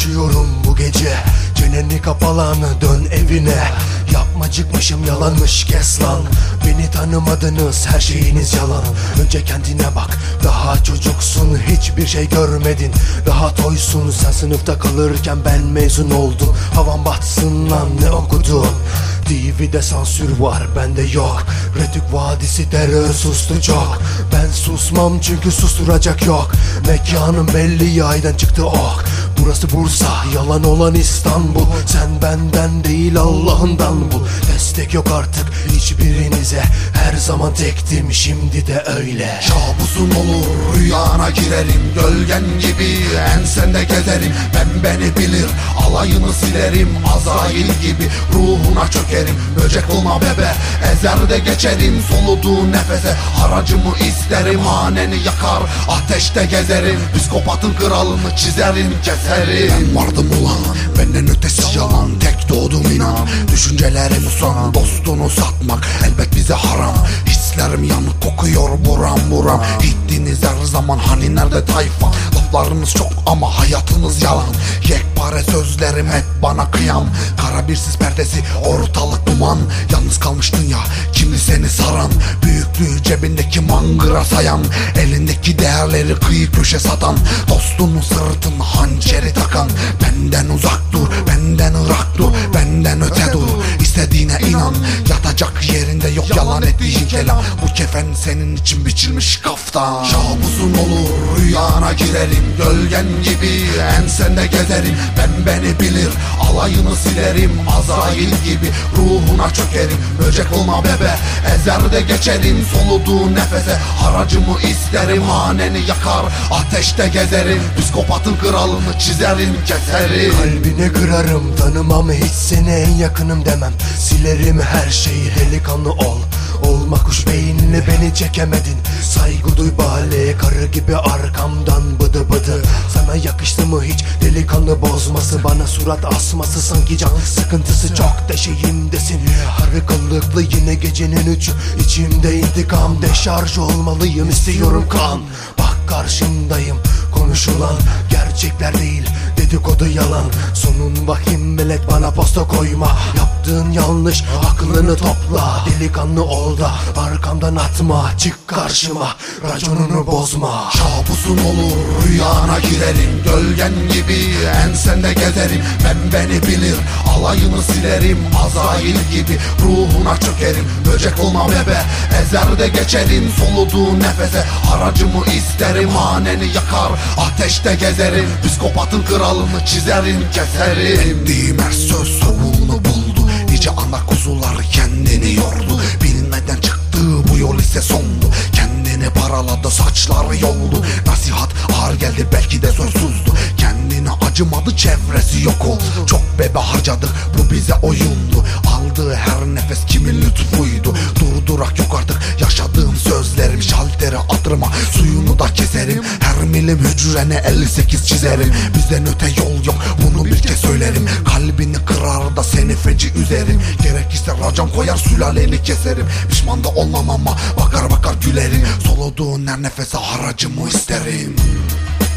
Yaşıyorum bu gece, çeneni kapalanı dön evine. Yapmacıkmışım, yalanmış kes lan. Beni tanımadınız, her şeyiniz yalan. Önce kendine bak, daha çocuksun, hiçbir şey görmedin. Daha toysun, sen sınıfta kalırken ben mezun oldum. Havan batsın lan, ne okudun? TV'de sansür var, bende yok. Retük Vadisi terör sustu çok. Ben susmam çünkü susturacak yok. Mekanım belli, yaydan çıktı ok. Burası Bursa, yalan olan İstanbul. Sen benden değil Allah'ından bul. Destek yok artık hiçbirinize. Her zaman tektim, şimdi de öyle. Kabusun olur, rüyana girerim. Gölgen gibi ensende gezerim. Ben beni bilir, alayını silerim. Azrail gibi ruhuna çökerim. Böcek olma bebe, ezer de geçerim. Soluduğu nefese haracımı isterim. Haneni yakar, ateşte gezerim. Psikopatın kralını çizerim, keserim. Ben vardım ulan, benden ötesi yalan. Tek doğdum inan, düşüncelerim son. Dostunu satmak elbet bize haram. Hislerim yanık kokuyor buram buram. Gittiniz her zaman, hani nerede tayfa? Laflarınız çok ama hayatınız yalan. Yekpare sözlerim hep bana kıyam. Kara bir sis perdesi, ortalık duman. Yalnız kalmıştın ya, kimdi seni saran? Büyüklüğü cebindeki mangıra sayan. Elindeki değerleri kıyı köşe satan. Dostunun sırtına hançeri takan. Benden uzak dur, benden ırak dur, benden öte dur. İstediğine inan, yatacak yerinde yok yalan ettiğin kelam. Bu kefen senin için biçilmiş kaftan. Kabusun olur, rüyana girerim. Gölgen gibi ensende gezerim. Ben beni bilir, alayını silerim. Azrail gibi ruhuna çökerim. Böcek olma bebe, ezer de geçerim. Soluduğu nefese haracımı isterim. Haneni yakar, ateşte gezerim. Psikopatın kralını çizerim, keserim. Kalbini kırarım, tanımam hiç seni, en yakınım demem. Silerim her şeyi, delikanlı ol. Olma kuş beyinli, beni çekemedin. Saygı duy bale, karı gibi arkamdan bıdı bıdı. Sana yakıştı mı hiç delikanlı bozması? Bana surat asması, sanki can sıkıntısı çok deşeğimdesin. Harı kıllıklı yine gecenin üçü, içimde intikam. Deşarj olmalıyım, istiyorum kan. Bak karşındayım, konuşulan gerçekler değil, dedikodu yalan. Sonun vahim millet, bana posta koyma. Yaptığın yanlış, aklını topla. Delikanlı ol da arkamdan atma. Çık karşıma, raconunu bozma. Kabusun olur, rüyana girerim. Gölgen gibi ensende gezerim. Ben beni bilir, alayını silerim. Azrail gibi ruhuna çökerim. Böcek olma bebe, ezer de geçerim. Soluduğu nefese haracımı isterim. Haneni yakar, ateşte gezerim. Psikopatın kralını çizerim, keserim. Ettiğim her söz sonunu buldu. Nice ana kuzular kendini yordu. Bilinmeden çıktığı bu yol ise sondu. Kendini paraladı, saçları yoldu. Nasihat ağır geldi, belki de sözsüzdü. Kendine acımadı, çevresi yok oldu. Çok bebe harcadık, bu bize oyundu. Aldığı her nefes kimin lütfuydu. Durdurak yok artık, yaşadığım sözlerim. Şaltere atırma, suyunu da keserim. Her milim hücrene 58 çizerim. Bizden öte yol yok, bunu bir kez söylerim. Kalbini kırar da seni feci üzerim. Gerekirse racon koyar, sülaleni keserim. Pişman da olmam ama bakar bakar gülerim. Soluduğun her nefese haracımı isterim.